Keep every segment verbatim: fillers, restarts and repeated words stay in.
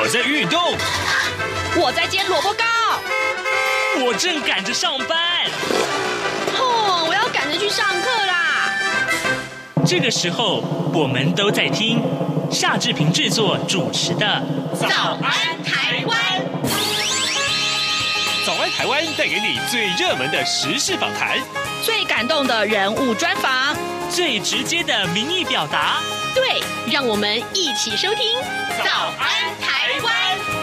在运动， 我在煎萝卜糕， 我正赶着上班。 哦，我要赶着去上课啦。 这个时候，我们都在听夏志平制作主持的《 早安台湾》。 早安台湾带给你最热门的时事访谈， 最感动的人物专访， 最直接的民意表达。 对，让我们一起收听《早安台湾》。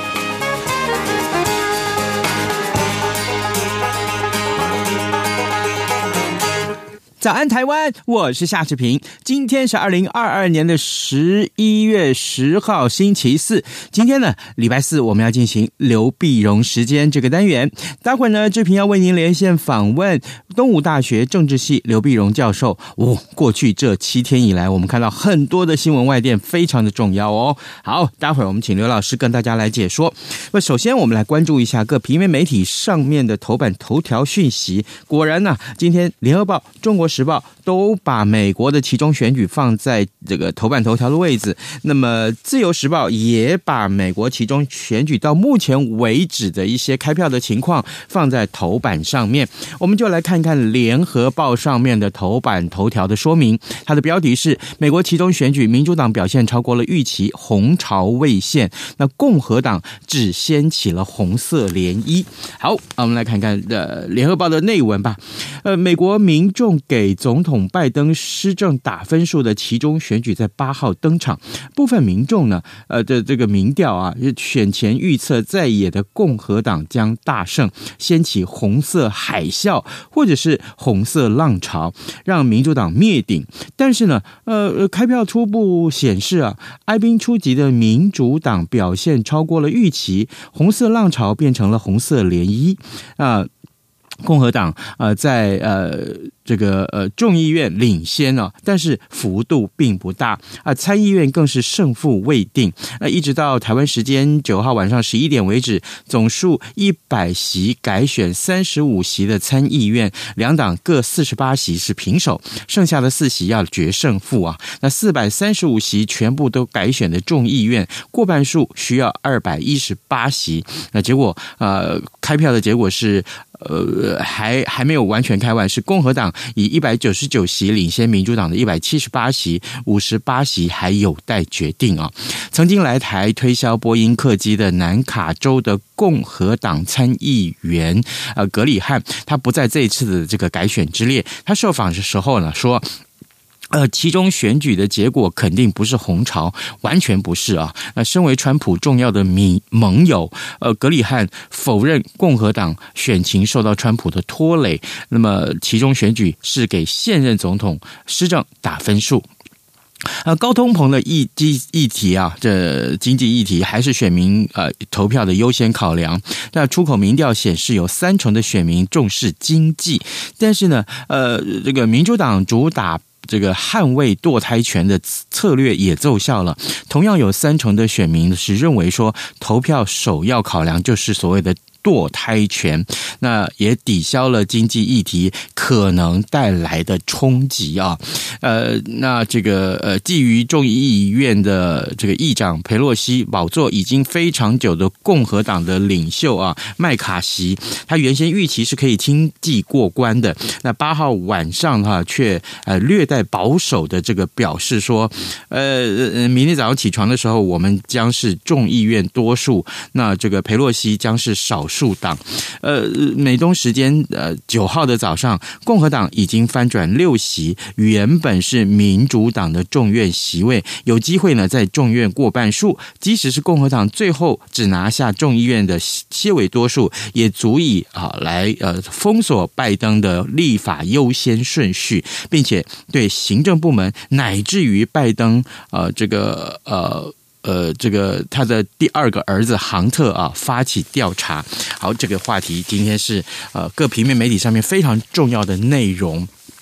早安台湾，我是夏志平。今天是二零二二年的十一月十号，星期四。今天呢，礼拜四，我们要进行刘必荣时间这个单元。待会儿呢，志平要为您连线访问东吴大学政治系刘必荣教授。哦，过去这七天以来，我们看到很多的新闻外电，非常的重要哦。好，待会儿我们请刘老师跟大家来解说。那首先，我们来关注一下各平面媒体上面的头版头条讯息。果然呢、啊，今天联合报、中国时报都把美国的期中选举放在这个头版头条的位置，那么自由时报也把美国期中选举到目前为止的一些开票的情况放在头版上面。我们就来看看联合报上面的头版头条的说明，它的标题是美国期中选举民主党表现超过了预期，红潮未现，那共和党只掀起了红色涟漪。好，我们来看看呃联合报的内文吧。呃，美国民众给总统拜登施政打分数的期中选举在八号登场，部分民众呢，呃的这个民调啊，选前预测在野的共和党将大胜，掀起红色海啸或者是红色浪潮，让民主党灭顶。但是呢，呃，开票初步显示啊，哀兵出击的民主党表现超过了预期，红色浪潮变成了红色涟漪啊。呃共和党呃在呃这个呃众议院领先哦，但是幅度并不大啊，参议院更是胜负未定。那一直到台湾时间九号晚上十一点为止，总数一百席改选三十五席的参议院，两党各四十八席是平手，剩下的四席要决胜负啊。那四百三十五席全部都改选的众议院，过半数需要二百一十八席。那结果呃开票的结果是。呃，还还没有完全开完，是共和党以一百九十九席领先民主党的一百七十八席，五十八席还有待决定啊。曾经来台推销波音客机的南卡州的共和党参议员呃格里汉，他不在这一次的这个改选之列。他受访的时候呢说。呃，其中选举的结果肯定不是红潮，完全不是啊。那身为川普重要的盟盟友，呃，格里汉否认共和党选情受到川普的拖累。那么，其中选举是给现任总统施政打分数。呃，高通膨的议议题啊，这经济议题还是选民呃投票的优先考量。那出口民调显示，有三成的选民重视经济，但是呢，呃，这个民主党主打。这个捍卫堕胎权的策略也奏效了，同样有三成的选民是认为说，投票首要考量就是所谓的堕胎权，那也抵消了经济议题可能带来的冲击啊。呃，那这个呃，基于众议院的这个议长裴洛西宝座已经非常久的共和党的领袖啊麦卡锡，他原先预期是可以轻易过关的，那八号晚上哈、啊、却呃略带保守的这个表示说，呃，明天早上起床的时候，我们将是众议院多数，那这个裴洛西将是少数。数党，呃，美东时间呃九号的早上，共和党已经翻转六席，原本是民主党的众院席位，有机会呢在众院过半数。即使是共和党最后只拿下众议院的些微多数，也足以啊来呃封锁拜登的立法优先顺序，并且对行政部门乃至于拜登呃这个呃。呃，这个他的第二个儿子杭特啊，发起调查。好，这个话题今天是呃各平面媒体上面非常重要的内容。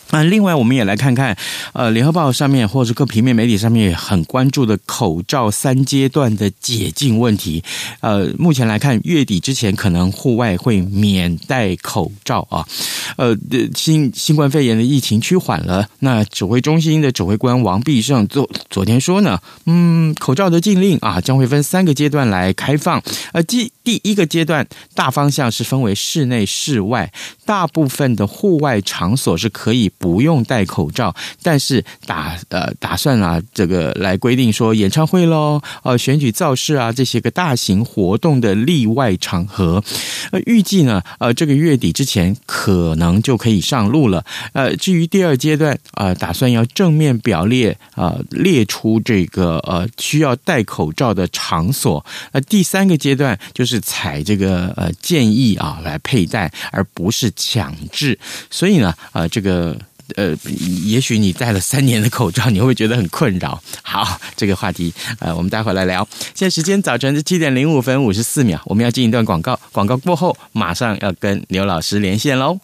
那另外我们也来看看呃联合报上面或者各平面媒体上面也很关注的口罩三阶段的解禁问题。呃目前来看月底之前可能户外会免戴口罩啊。呃新新冠肺炎的疫情趋缓了，那指挥中心的指挥官王必胜昨昨天说呢，嗯口罩的禁令啊将会分三个阶段来开放。呃第第一个阶段大方向是分为室内室外，大部分的户外场所是可以不用戴口罩，但是打呃打算啊，这个来规定说演唱会咯，呃选举造势啊这些个大型活动的例外场合，呃预计呢，呃这个月底之前可能就可以上路了。呃至于第二阶段啊、呃，打算要正面表列啊、呃、列出这个呃需要戴口罩的场所。呃第三个阶段就是采这个呃建议啊来佩戴，而不是强制。所以呢，呃这个。呃，也许你戴了三年的口罩，你会不会觉得很困扰？好，这个话题，呃，我们待会来聊。现在时间早晨的七点零五分五十四秒，我们要进一段广告，广告过后马上要跟刘老师连线喽。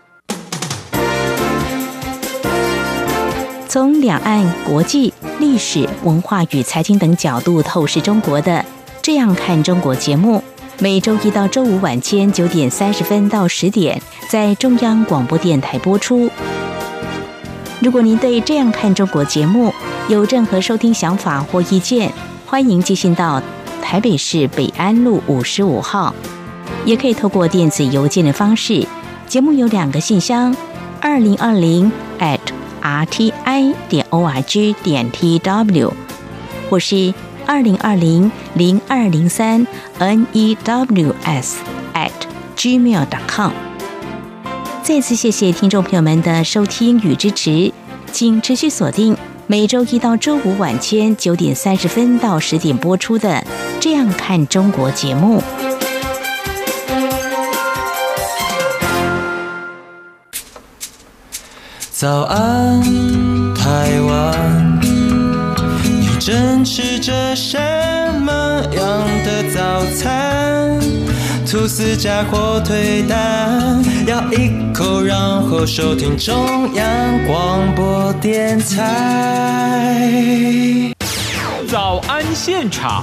从两岸、国际、历史、文化与财经等角度透视中国的《这样看中国》节目，每周一到周五晚间九点三十分到十点，在中央广播电台播出。如果您对《这样看中国》节目有任何收听想法或意见，欢迎寄信到台北市北安路五十五号，也可以透过电子邮件的方式。节目有两个信箱：二零二零 at r t i 点 o r g 点 t w， 或是二零二零零二零三 n e w s at gmail 点 com。再次谢谢听众朋友们的收听与支持，请持续锁定每周一到周五晚间九点三十分到十点播出的《这样看中国》节目。 早安，台湾，你正吃着什么样的早餐？吐司加火腿蛋，咬一口，然后收听中央广播电台。 早安现场。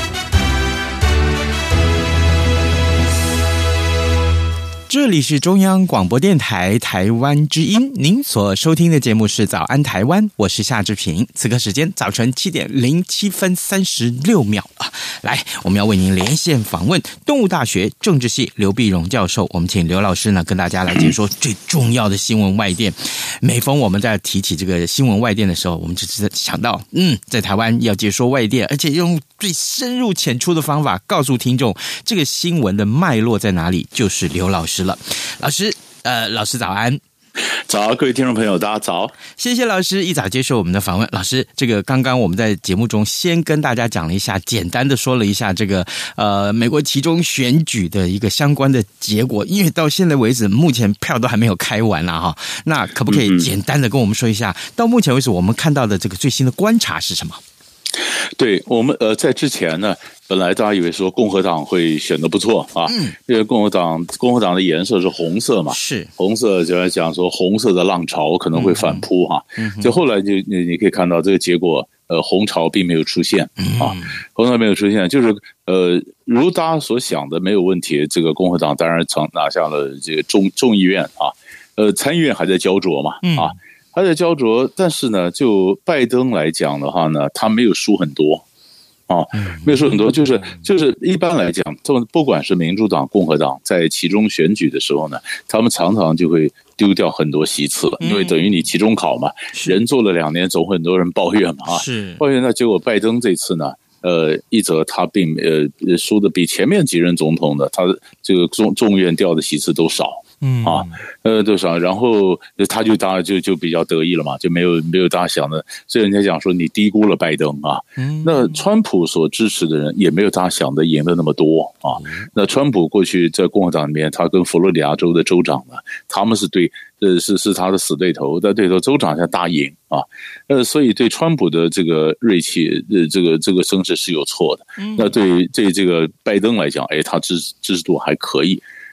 这里是中央广播电台台湾之音，您所收听的节目是早安台湾，我是夏志平。此刻时间早晨七点零七分三十六秒啊！来，我们要为您连线访问东吴大学政治系刘必荣教授，我们请刘老师呢跟大家来解说最重要的新闻外电。每逢我们在提起这个新闻外电的时候，我们就是想到，嗯，在台湾要解说外电，而且用最深入浅出的方法告诉听众这个新闻的脉络在哪里，就是刘老师了。老师，呃，老师早安。 早，各位听众朋友，大家早！ 谢谢老师一早接受我们的访问。老师，这个刚刚我们在节目中先跟大家讲了一下，简单的说了一下这个呃美国其中选举的一个相关的结果，因为到现在为止，目前票都还没有开完啦哈。那可不可以简单的跟我们说一下，到目前为止我们看到的这个最新的观察是什么？ 对，我们呃在之前呢，本来大家以为说共和党会选得不错啊，嗯，因为共和党共和党的颜色是红色嘛，是红色，就来讲说红色的浪潮可能会反扑哈，嗯嗯、就后来就你你可以看到这个结果，呃，红潮并没有出现啊，红潮没有出现，就是呃，如大家所想的没有问题，这个共和党当然曾拿下了这个众众议院啊，呃，参议院还在焦灼嘛，嗯、啊。他在焦灼，但是呢，就拜登来讲的话呢，他没有输很多，啊，没有输很多，就是就是一般来讲，不管是民主党、共和党，在其中选举的时候呢，他们常常就会丢掉很多席次，因为等于你期中考嘛，人做了两年，总会很多人抱怨嘛，啊，抱怨那结果拜登这次呢，呃，一则他并呃输的比前面几任总统的他这个众众院调的席次都少。嗯啊，呃，多少？然后他就当然就就比较得意了嘛，就没有没有大家想的，所以人家讲说你低估了拜登啊。嗯，那川普所支持的人也没有大家想的赢的那么多啊。那川普过去在共和党里面，他跟佛罗里达州的州长呢，他们是对呃是是他的死对头，但对头州长在大赢啊。呃，所以对川普的这个锐气，呃，这个这个声势是有错的。嗯，那对对这个拜登来讲，哎，他支支持度还可以。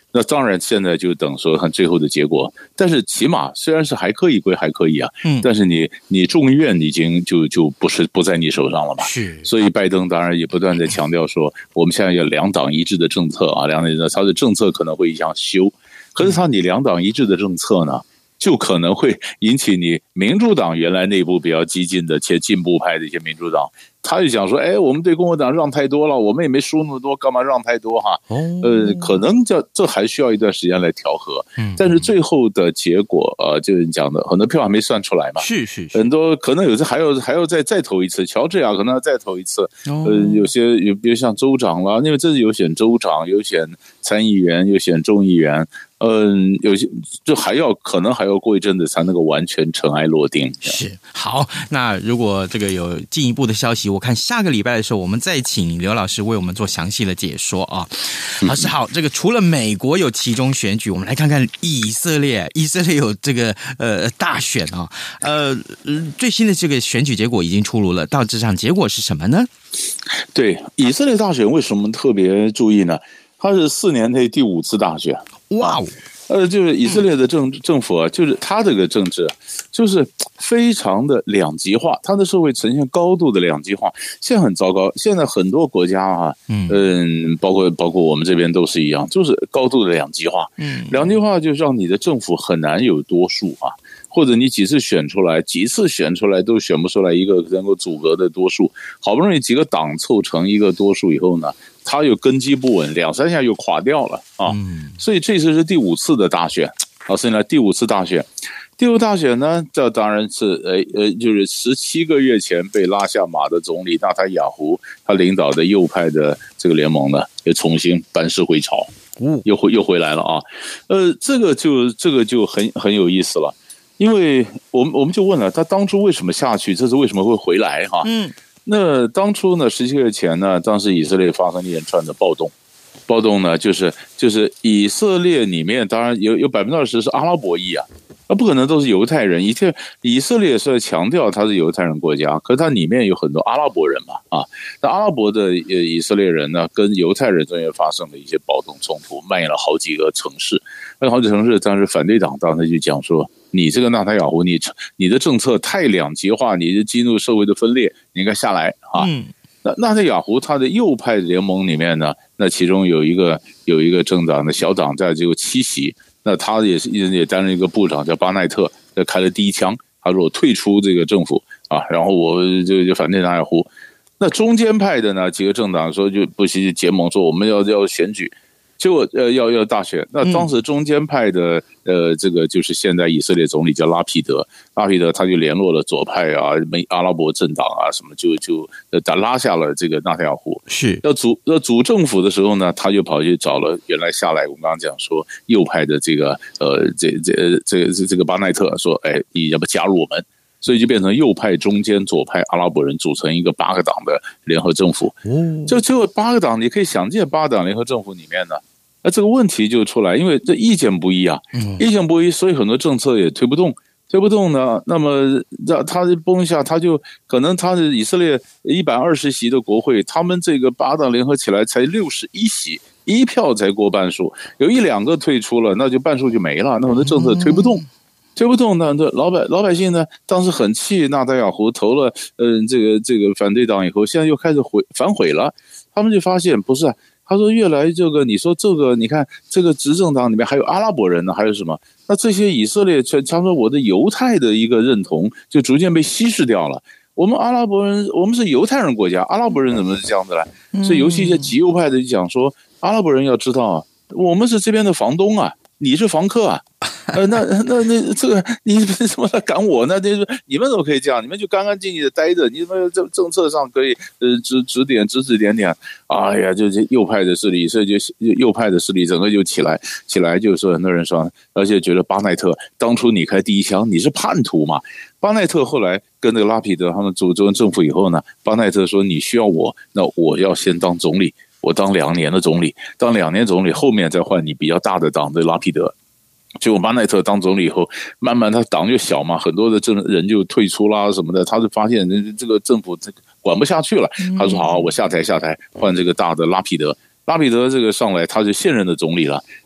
那当然现在就等说看最后的结果，但是起码虽然是还可以归还可以啊，嗯，但是你你众议院已经就就不是不在你手上了嘛， 是， 所以拜登当然也不断的强调说，我们现在有两党一致的政策啊，两党一致，他的政策可能会一项修，可是他你两党一致的政策呢，就可能会引起你民主党原来内部比较激进的且进步派的一些民主党，他就想说，哎，我们对共和党让太多了，我们也没输那么多，干嘛让太多哈？哦、呃，可能这这还需要一段时间来调和。嗯，但是最后的结果，呃，就是你讲的，很多票还没算出来嘛。 是是是， 很多可能有些还要还要再再投一次，乔治亚可能要再投一次。哦、呃，有些有比如像州长啦，因为这是有选州长，有选参议员，有选众议员。嗯，有些就还要可能还要过一阵子才能够完全尘埃落定。 是好，那如果这个有进一步的消息，我看下个礼拜的时候，我们再请刘老师为我们做详细的解说啊。老师好，这个除了美国有期中选举，我们来看看以色列，以色列有这个呃大选啊，呃最新的这个选举结果已经出炉了，大致上结果是什么呢？ 对，以色列大选为什么特别注意呢？它是四年内第五次大选。 哇哦！ 呃，就是以色列的政政府啊，就是他这个政治，就是非常的两极化，他的社会呈现高度的两极化，现在很糟糕。现在很多国家啊，嗯嗯，包括包括我们这边都是一样，就是高度的两极化。嗯，两极化就让你的政府很难有多数啊。或者你几次选出来，几次选出来都选不出来一个能够阻隔的多数，好不容易几个党凑成一个多数以后呢，它又根基不稳，两三下又垮掉了啊！嗯、所以这次是第五次的大选，啊，现在第五次大选，第五大选呢，这当然是呃呃，就是十七个月前被拉下马的总理纳坦雅胡，他领导的右派的这个联盟呢，又重新班师回朝，又回又回来了啊！呃，这个就这个就很很有意思了。因为我们我们就问了他当初为什么下去，这次为什么会回来哈？嗯，那当初呢，十七个月前呢，当时以色列发生一连串的暴动，暴动呢就是就是以色列里面当然有有百分之二十是阿拉伯裔啊，那不可能都是犹太人。以色以色列是强调它是犹太人国家，可是它里面有很多阿拉伯人嘛啊，那阿拉伯的以色列人呢，跟犹太人中间发生了一些暴动冲突，蔓延了好几个城市，那好几个城市当时反对党当时就讲说，你这个纳坦雅胡，你你的政策太两极化，你就激怒社会的分裂，你应该下来啊。嗯，那纳坦雅胡他的右派联盟里面呢，那其中有一个有一个政党的小党在只有七席，那他也是也担任一个部长叫巴奈特，开了第一枪，他说我退出这个政府啊，然后我就就反对纳坦雅胡。那中间派的呢几个政党说就不惜结盟，说我们要要选举。结果呃要要大选，那当时中间派的呃这个就是现在以色列总理叫拉皮德，拉皮德他就联络了左派啊、阿拉伯政党啊什么，就就呃拉下了这个纳坦雅胡。是要组要组政府的时候呢，他就跑去找了原来下来我们刚刚讲说右派的这个呃这这这这这个巴奈特说，哎，你要不加入我们？所以就变成右派、中间、左派阿拉伯人组成一个八个党的联合政府。哦，这只有八个党，你可以想见八党联合政府里面呢，那这个问题就出来，因为这意见不一啊，嗯、意见不一，所以很多政策也推不动，推不动呢。那么他崩一下，他就可能他是以色列一百二十席的国会，他们这个八党联合起来才六十一席，一票才过半数，有一两个退出了，那就半数就没了，那很多政策推不动。嗯推不动呢？这老百老百姓呢，当时很气纳坦雅胡投了，嗯、呃，这个这个反对党以后，现在又开始悔反悔了。他们就发现不是啊，他说越来这个，你说这个，你看这个执政党里面还有阿拉伯人呢，还有什么？那这些以色列，他说我的犹太的一个认同就逐渐被稀释掉了。我们阿拉伯人，我们是犹太人国家，阿拉伯人怎么是这样子呢？所以尤其一些极右派的就讲说，阿拉伯人要知道啊，我们是这边的房东啊。你是房客啊，呃，那那那这个你怎么来赶我呢？就是你们怎么可以这样？你们就干干净净的待着，你们这政策上可以呃指指点指指点点。哎呀，就这右派的势力，所以就右派的势力整个就起来起来，就是说很多人说，而且觉得巴奈特当初你开第一枪，你是叛徒嘛？巴奈特后来跟那个拉皮德他们组成政府以后呢，巴奈特说你需要我，那我要先当总理。我当两年的总理，当两年总理，后面再换你比较大的党的拉皮德。结果巴奈特当总理以后，慢慢他党就小嘛，很多的政人就退出啦什么的，他就发现这个政府这个管不下去了，他说好，我下台下台，换这个大的拉皮德。拉皮德这个上来，他是现任的总理了，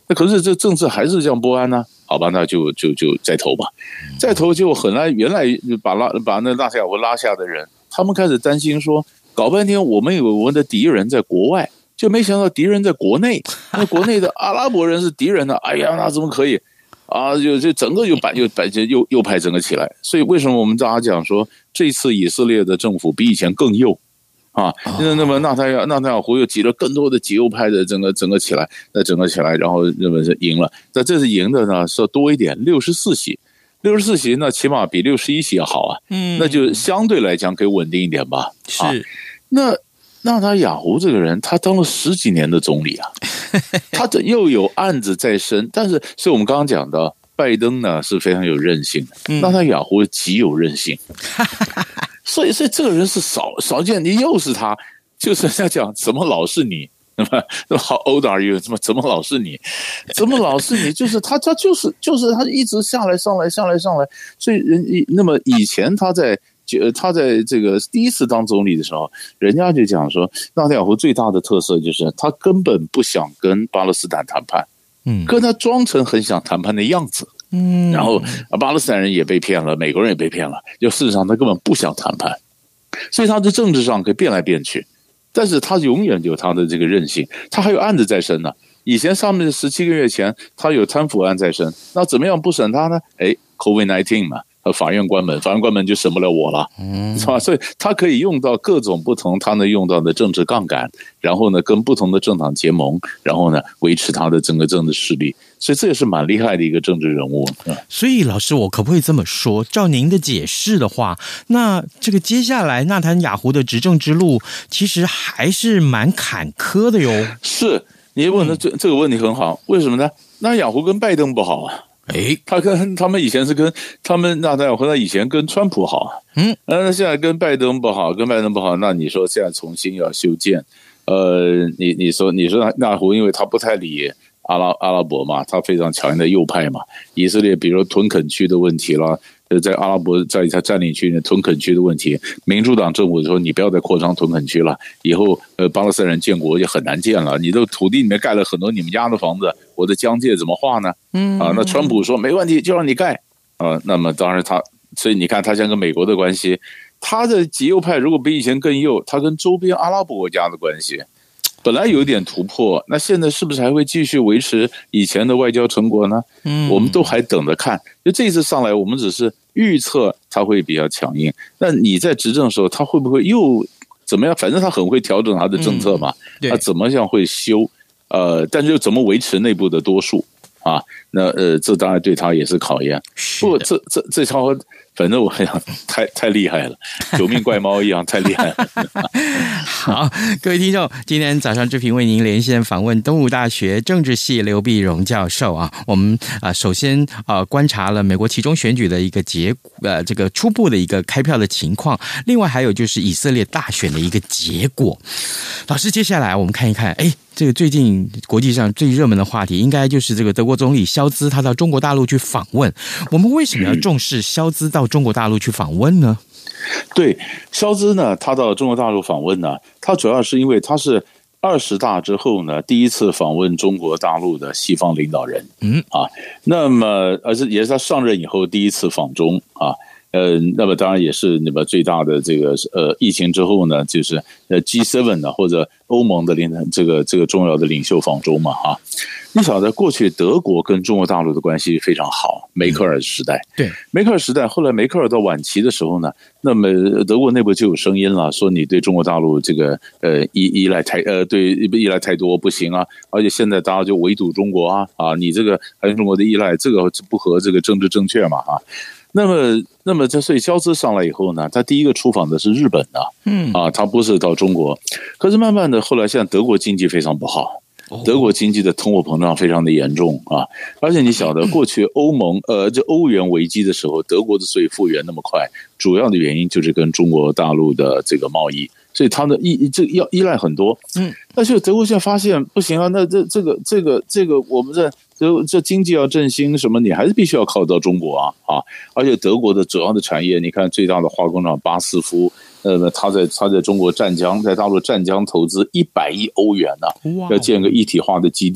那可是这政治还是这样不安呢、啊？好吧，那就就就再投吧，再投就很来原来把拉把那纳塔雅胡拉下的人，他们开始担心说，搞半天我们以为我们的敌人在国外，就没想到敌人在国内，那国内的阿拉伯人是敌人呢、啊，哎呀，那怎么可以啊？就就整个就摆又摆右右派整个起来，所以为什么我们大家讲说，这次以色列的政府比以前更右？啊，那那么纳塔亚纳塔雅胡又挤了更多的极右派的整个整个起来，那整个起来，然后那么是赢了。那这次赢的呢是多一点，六十四席，六十四席那起码比六十一席要好啊。嗯，那就相对来讲可以稳定一点吧。 是， 啊、那纳塔雅胡这个人，他当了十几年的总理啊，他的又有案子在身，但是是我们刚刚讲的，拜登呢是非常有韧性的，纳塔雅胡极有韧性。所以，所以这个人是少少见，你又是他，就是在讲怎么老是你，那么 How old are you？ 怎么怎么老是你？怎么老是你？就是他，他就是就是他一直下来上来上来上来。所以人那么以前他在他在这个第一次当总理的时候，人家就讲说，纳塔雅胡最大的特色就是他根本不想跟巴勒斯坦谈判，嗯，可他装成很想谈判的样子。嗯，然后巴勒斯坦人也被骗了，美国人也被骗了，就事实上他根本不想谈判，所以他在政治上可以变来变去，但是他永远有他的这个韧性，他还有案子在身呢。以前上面十七个月前，他有贪腐案在身，那怎么样不审他呢？哎 ，COVID 十九 嘛。法院关门，法院关门就审不了我了，嗯，是吧？所以他可以用到各种不同他能用到的政治杠杆，然后呢，跟不同的政党结盟，然后呢，维持他的整个政治势力。所以这也是蛮厉害的一个政治人物。 所以老师，我可不可以这么说？照您的解释的话，那这个接下来纳坦雅胡的执政之路其实还是蛮坎坷的哟。 是，你问的这这个问题很好，为什么呢？那雅胡跟拜登不好啊。哎，他跟他们以前是跟他们纳塔雅胡，他以前跟川普好，嗯，那现在跟拜登不好，跟拜登不好，那你说现在重新要修建，呃，你你说你说纳塔雅胡，因为他不太理阿拉阿拉伯嘛，他非常强硬的右派嘛，以色列比如屯垦区的问题啦。在阿拉伯在他占领区的屯垦区的问题，民主党政府说你不要再扩张屯垦区了，以后呃巴勒斯坦人建国就很难建了，你的土地里面盖了很多你们家的房子，我的疆界怎么划呢？嗯啊，那川普说没问题，就让你盖啊，那么当然他，所以你看他现在跟美国的关系，他的极右派如果比以前更右，他跟周边阿拉伯国家的关系。本来有一点突破，那现在是不是还会继续维持以前的外交成果呢？嗯，我们都还等着看。就这次上来，我们只是预测他会比较强硬。那你在执政的时候，他会不会又怎么样？反正他很会调整他的政策嘛，嗯、他怎么样会修？呃，但是又怎么维持内部的多数啊？那呃，这当然对他也是考验。不过这这这招。反正我想太太厉害了，九命怪猫一样太厉害了。 好，各位听众，今天早上志平为您连线访问东吴大学政治系刘必荣教授啊。我们啊、呃，首先啊、呃、观察了美国期中选举的一个结呃这个初步的一个开票的情况，另外还有就是以色列大选的一个结果。老师，接下来我们看一看，哎。这个最近国际上最热门的话题，应该就是这个德国总理肖兹他到中国大陆去访问。我们为什么要重视肖兹到中国大陆去访问呢？ 对，肖兹呢，他到中国大陆访问呢，他主要是因为他是二十大之后呢第一次访问中国大陆的西方领导人，嗯啊，那么而且也是他上任以后第一次访中啊。呃，那么当然也是那么最大的这个呃疫情之后呢，就是呃 G 七 呢或者欧盟的领这个这个重要的领袖访中嘛哈。你晓得过去德国跟中国大陆的关系非常好，梅克尔时代， 对梅克尔时代，后来梅克尔到晚期的时候呢，那么德国内部就有声音了，说你对中国大陆这个呃依依赖太呃对依赖太多不行啊，而且现在大家就围堵中国啊啊，你这个还有中国的依赖，这个不合这个政治正确嘛啊。那么，那么，所以肖兹上来以后呢，他第一个出访的是日本的，嗯啊，他不是到中国。可是慢慢的，后来现在德国经济非常不好，德国经济的通货膨胀非常的严重啊，而且你晓得，过去欧盟呃，这欧元危机的时候，德国之所以复原那么快，主要的原因就是跟中国大陆的这个贸易，所以它的依这要依赖很多，嗯，但是德国现在发现不行啊，那这这个这个这个我们这。这这经济要振兴什么，你还是必须要靠到中国啊啊！而且德国的主要的产业，你看最大的化工厂巴斯夫，呃，他在他在中国湛江，在大陆湛江投资一百亿欧元呢、啊，要建个一体化的基地。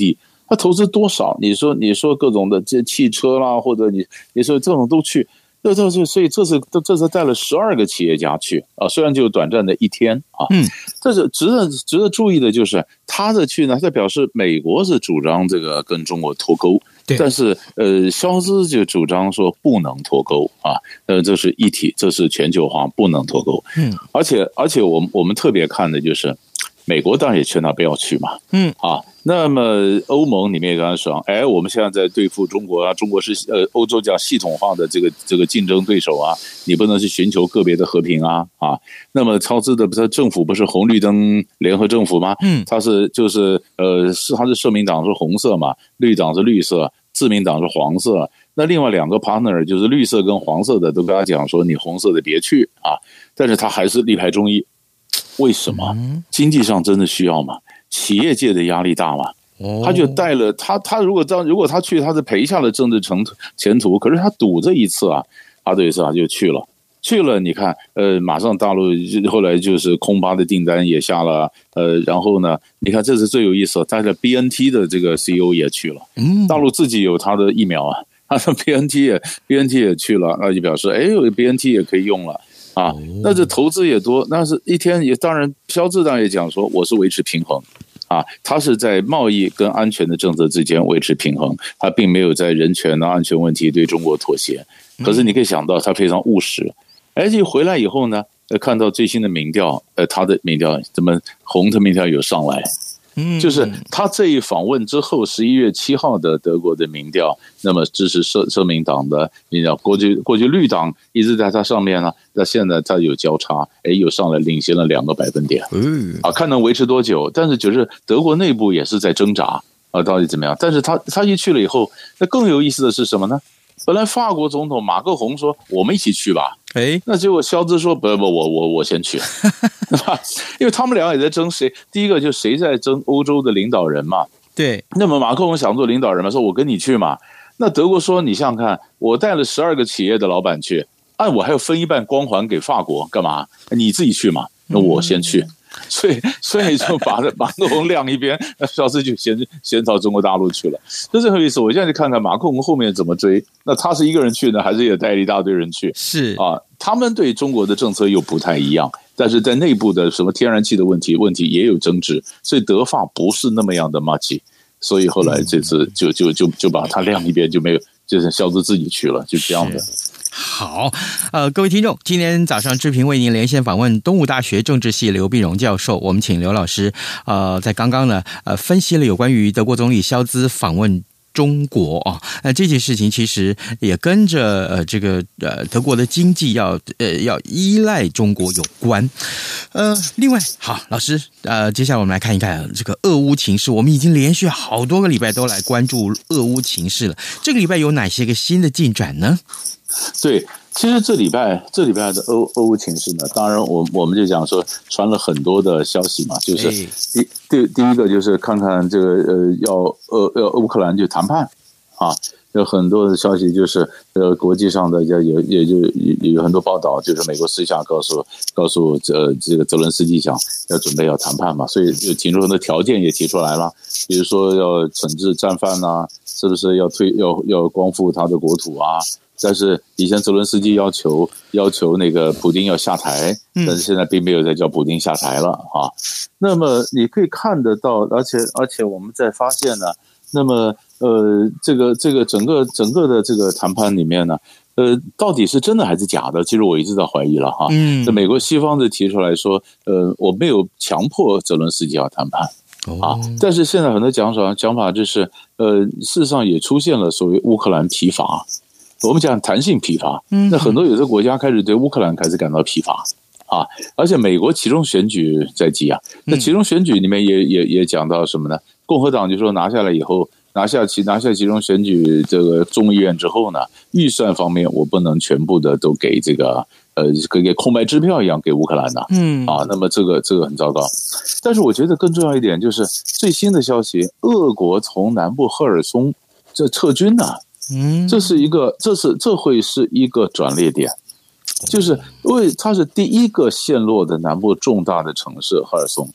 他投资多少？你说你说各种的这汽车啦，或者你你说这种都去。这这这，所以这次这次带了十二个企业家去啊，虽然就短暂的一天啊，嗯，这是值得值得注意的，就是他的去呢，他表示美国是主张这个跟中国脱钩，但是呃，肖兹就主张说不能脱钩啊，呃，这是一体，这是全球化，不能脱钩，嗯，而且而且我们我们特别看的就是。美国当然也劝他不要去嘛，嗯啊，那么欧盟里面也跟他说，哎，我们现在在对付中国啊，中国是呃欧洲讲系统化的这个这个竞争对手啊，你不能去寻求个别的和平啊啊。那么超支的不是政府不是红绿灯联合政府吗？嗯，他是就是呃是他是社民党是红色嘛，绿党是绿色，自民党是黄色。那另外两个 partner 就是绿色跟黄色的都跟他讲说，你红色的别去啊，但是他还是力排众议。为什么？经济上真的需要吗？企业界的压力大吗？他就带了他，他如果这样，如果他去，他是赔下了政治前途前途。可是他赌这一次啊，他这一次啊就去了，去了。你看，呃，马上大陆后来就是空巴的订单也下了，呃，然后呢，你看这是最有意思，带着 B N T 的这个 C E O 也去了，大陆自己有他的疫苗啊，他的 B N T 也 B N T 也去了，那就表示哎 ，B N T 也可以用了。啊，那这投资也多，那是一天也当然，肖志当然也讲说，我是维持平衡，啊，他是在贸易跟安全的政策之间维持平衡，他并没有在人权啊、安全问题对中国妥协。可是你可以想到，他非常务实。而且回来以后呢，看到最新的民调，呃，他的民调怎么红的民调有上来。就是他这一访问之后，十一月七号的德国的民调，那么支持社社民党的民调，过去过去绿党一直在他上面呢，那现在他有交叉，哎，又上来领先了两个百分点，嗯，啊，看能维持多久，但是就是德国内部也是在挣扎啊，到底怎么样？但是他他一去了以后，那更有意思的是什么呢？本来法国总统马克宏说我们一起去吧，哎，那结果肖兹说不不我我我先去，对吧？因为他们两个也在争谁，第一个就谁在争欧洲的领导人嘛， 对。 那么马克宏想做领导人嘛，说我跟你去嘛。那德国说你想想看，我带了十二个企业的老板去，按我还要分一半光环给法国，干嘛？你自己去嘛，那我先去。所以，所以就把马克宏晾一边，肖兹就先先到中国大陆去了。这是很有意思。我现在就看看马克宏后面怎么追。那他是一个人去呢，还是也带了一大堆人去？ 是啊，他们对中国的政策又不太一样，但是在内部的什么天然气的问题问题也有争执，所以德法不是那么样的默契。所以后来这次就就就就把他晾一边，就没有，就是肖兹自己去了，就这样的。 好，呃，各位听众，今天早上志平为您连线访问东吴大学政治系刘碧荣教授，我们请刘老师，呃，在刚刚呢，呃，分析了有关于德国总理肖兹访问中国啊，那这件事情其实也跟着呃这个呃德国的经济要呃要依赖中国有关。呃，另外，好，老师，呃，接下来我们来看一看这个俄乌情势。我们已经连续好多个礼拜都来关注俄乌情势了，这个礼拜有哪些个新的进展呢？ 对，其实这礼拜这礼拜的欧俄乌情势呢，当然我我们就讲说传了很多的消息嘛，就是第第第一个就是看看这个呃要呃要乌克兰去谈判啊，有很多的消息就是呃国际上的也也也就有很多报道，就是美国私下告诉告诉呃这个泽伦斯基讲要准备要谈判嘛，所以就提出很多条件也提出来了，比如说要惩治战犯啊，是不是要推要要光复他的国土啊？但是以前泽伦斯基要求要求那个普丁要下台，但是现在并没有再叫普丁下台了啊。那么你可以看得到，而且而且我们在发现呢，那么呃这个这个整个整个的这个谈判里面呢，呃到底是真的还是假的？其实我一直在怀疑了哈。嗯，那美国西方就提出来说，呃我没有强迫泽伦斯基要谈判。啊，但是现在很多讲法讲法就是，呃，事实上也出现了所谓乌克兰疲乏。我们讲弹性疲乏，那很多有些国家开始对乌克兰开始感到疲乏啊，而且美国其中选举在即啊，那其中选举里面也也也讲到什么呢？共和党就说拿下来以后，拿下其拿下其中选举这个众议院之后呢，预算方面我不能全部的都给这个呃给给空白支票一样给乌克兰的，嗯啊，那么这个这个很糟糕。但是我觉得更重要一点就是最新的消息，俄国从南部赫尔松这撤军呢、啊。嗯，这是一个，这是这会是一个转捩点，就是因为它是第一个陷落的南部重大的城市赫尔松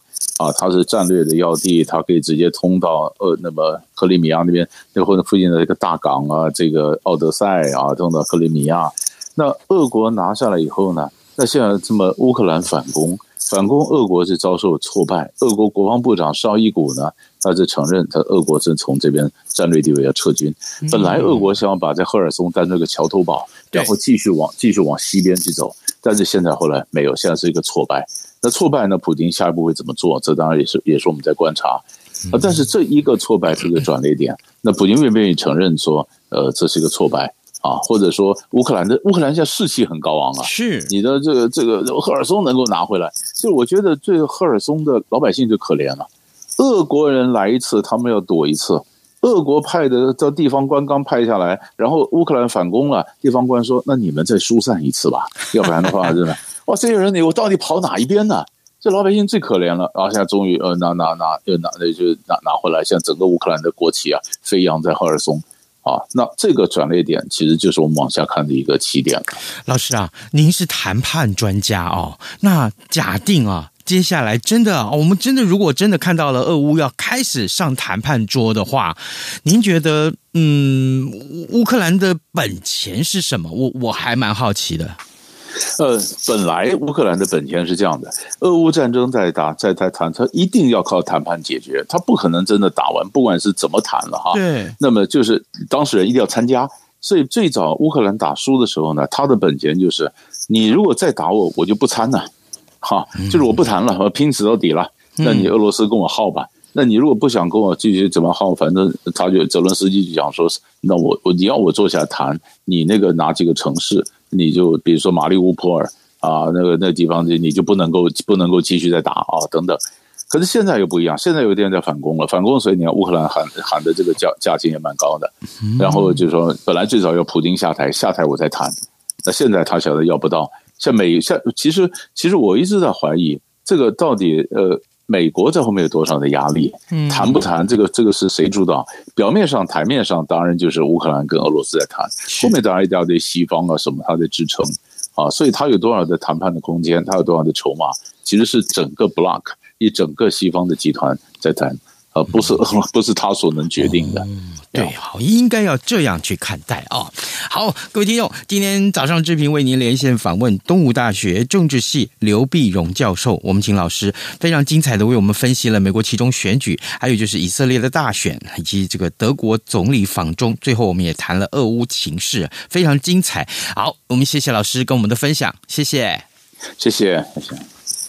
啊，它是战略的要地，它可以直接通到呃那么克里米亚那边，那或者附近的这个大港啊，这个奥德赛啊，通到克里米亚。那俄国拿下来以后呢，那现在这么乌克兰反攻，反攻俄国是遭受挫败，俄国国防部长绍伊古呢，他是承认他俄国是从这边战略地位要撤军。本来俄国想要把在赫尔松当这个桥头堡，然后继续往继续往西边去走，但是现在后来没有，现在是一个挫败。那挫败呢，普京下一步会怎么做？这当然也是也是我们在观察。啊，但是这一个挫败是一个转捩点。那普京愿不愿意承认说，呃，这是一个挫败啊？或者说乌克兰的乌克兰现在士气很高昂啊， 是你的这个这个赫尔松能够拿回来，就我觉得这个赫尔松的老百姓就可怜了。俄国人来一次，他们要躲一次。俄国派的这地方官刚派下来，然后乌克兰反攻了，地方官说：“那你们再疏散一次吧，要不然的话，真的哇，这些人你我到底跑哪一边呢？”这老百姓最可怜了。然后现在终于呃拿拿拿又拿那就拿拿回来，像整个乌克兰的国旗啊飞扬在赫尔松啊，那这个转捩点其实就是我们往下看的一个起点。 老师啊，您是谈判专家哦，那假定啊。接下来真的，我们真的如果真的看到了俄乌要开始上谈判桌的话，您觉得，嗯，乌克兰的本钱是什么？我我还蛮好奇的。 呃，本来乌克兰的本钱是这样的，俄乌战争在打，在在谈，它一定要靠谈判解决，它不可能真的打完，不管是怎么谈了哈。 对。 那么就是当事人一定要参加，所以最早乌克兰打输的时候呢，他的本钱就是，你如果再打我，我就不参了。好，就是我不谈了，我拼死到底了。那你俄罗斯跟我耗吧。那你如果不想跟我继续怎么耗，反正他就泽伦斯基就讲说，那我我你要我坐下来谈，你那个哪几个城市，你就比如说马利乌波尔啊，那个那地方你就不能够不能够继续再打啊等等。可是现在又不一样，现在有点在反攻了，反攻，所以你看乌克兰喊喊的这个价价钱也蛮高的。然后就说本来最早要普京下台，下台我再谈，那现在他晓得要不到。像美像其实其实我一直在怀疑这个到底呃美国在后面有多少的压力，谈不谈这个这个是谁主导？表面上台面上当然就是乌克兰跟俄罗斯在谈，后面当然一大堆西方啊什么他在支撑啊，所以他有多少的谈判的空间，他有多少的筹码，其实是整个 block 一整个西方的集团在谈。呃，不是不是他所能决定的。 嗯，对，好，应该要这样去看待啊、哦。好，各位听众，今天早上志平为您连线访问东吴大学政治系刘必荣教授，我们请老师非常精彩的为我们分析了美国期中选举，还有就是以色列的大选，以及这个德国总理访中，最后我们也谈了俄乌情势，非常精彩。好，我们谢谢老师跟我们的分享，谢谢， 谢谢，谢谢。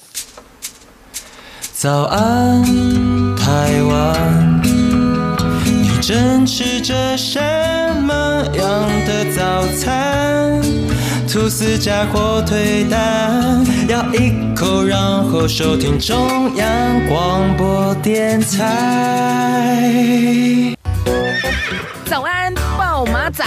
早安，台湾，你正吃着什么样的早餐？吐司加火腿蛋，咬一口，然后收听中央广播电台。 早安，暴马仔。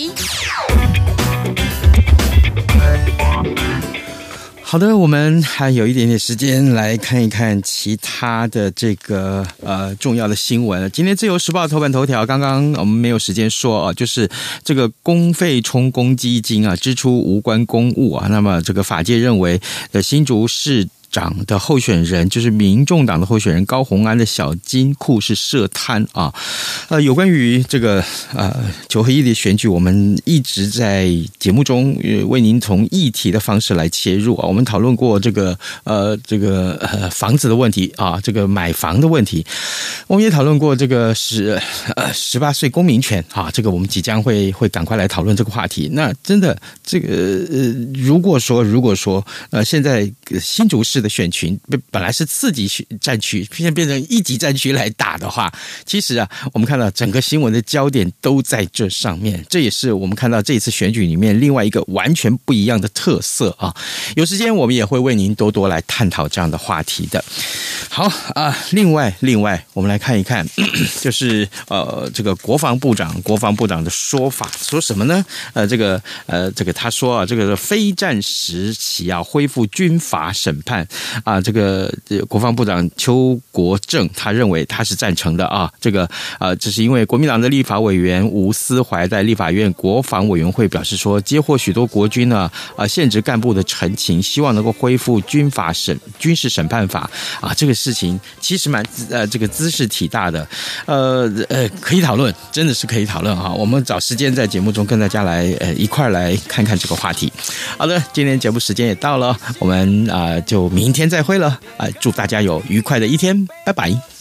好的，我们还有一点点时间来看一看其他的这个呃重要的新闻。今天自由时报头版头条，刚刚我们没有时间说啊，就是这个公费充公基金啊，支出无关公务啊。那么这个法界认为的新竹市长的候选人，就是民众党的候选人高虹安的小金库是涉贪啊。呃，有关于这个呃九合一的选举，我们一直在节目中为您从议题的方式来切入啊。我们讨论过这个呃这个呃房子的问题啊，这个买房的问题，我们也讨论过这个十呃十八岁公民权啊，这个我们即将会会赶快来讨论这个话题。那真的这个呃，如果说如果说呃现在新竹市的选群本来是次级战区，现在变成一级战区来打的话，其实啊，我们看到整个新闻的焦点都在这上面，这也是我们看到这一次选举里面另外一个完全不一样的特色啊。有时间我们也会为您多多来探讨这样的话题的。好啊，另外另外我们来看一看，就是呃这个国防部长国防部长的说法，说什么呢？呃这个呃这个他说啊，这个非战时期啊恢复军法审判。 案啊，这个国防部长邱国正他认为他是赞成的啊，这个呃，这是因为国民党的立法委员吴思怀在立法院国防委员会表示说，接获许多国军呢啊现职干部的陈情，希望能够恢复军法审军事审判法啊，这个事情其实蛮呃这个姿势体大的，呃呃可以讨论，真的是可以讨论哈。我们找时间在节目中跟大家来呃一块来看看这个话题。好的，今天节目时间也到了，我们啊、呃、就明天再会了啊、呃，祝大家有愉快的一天，拜拜。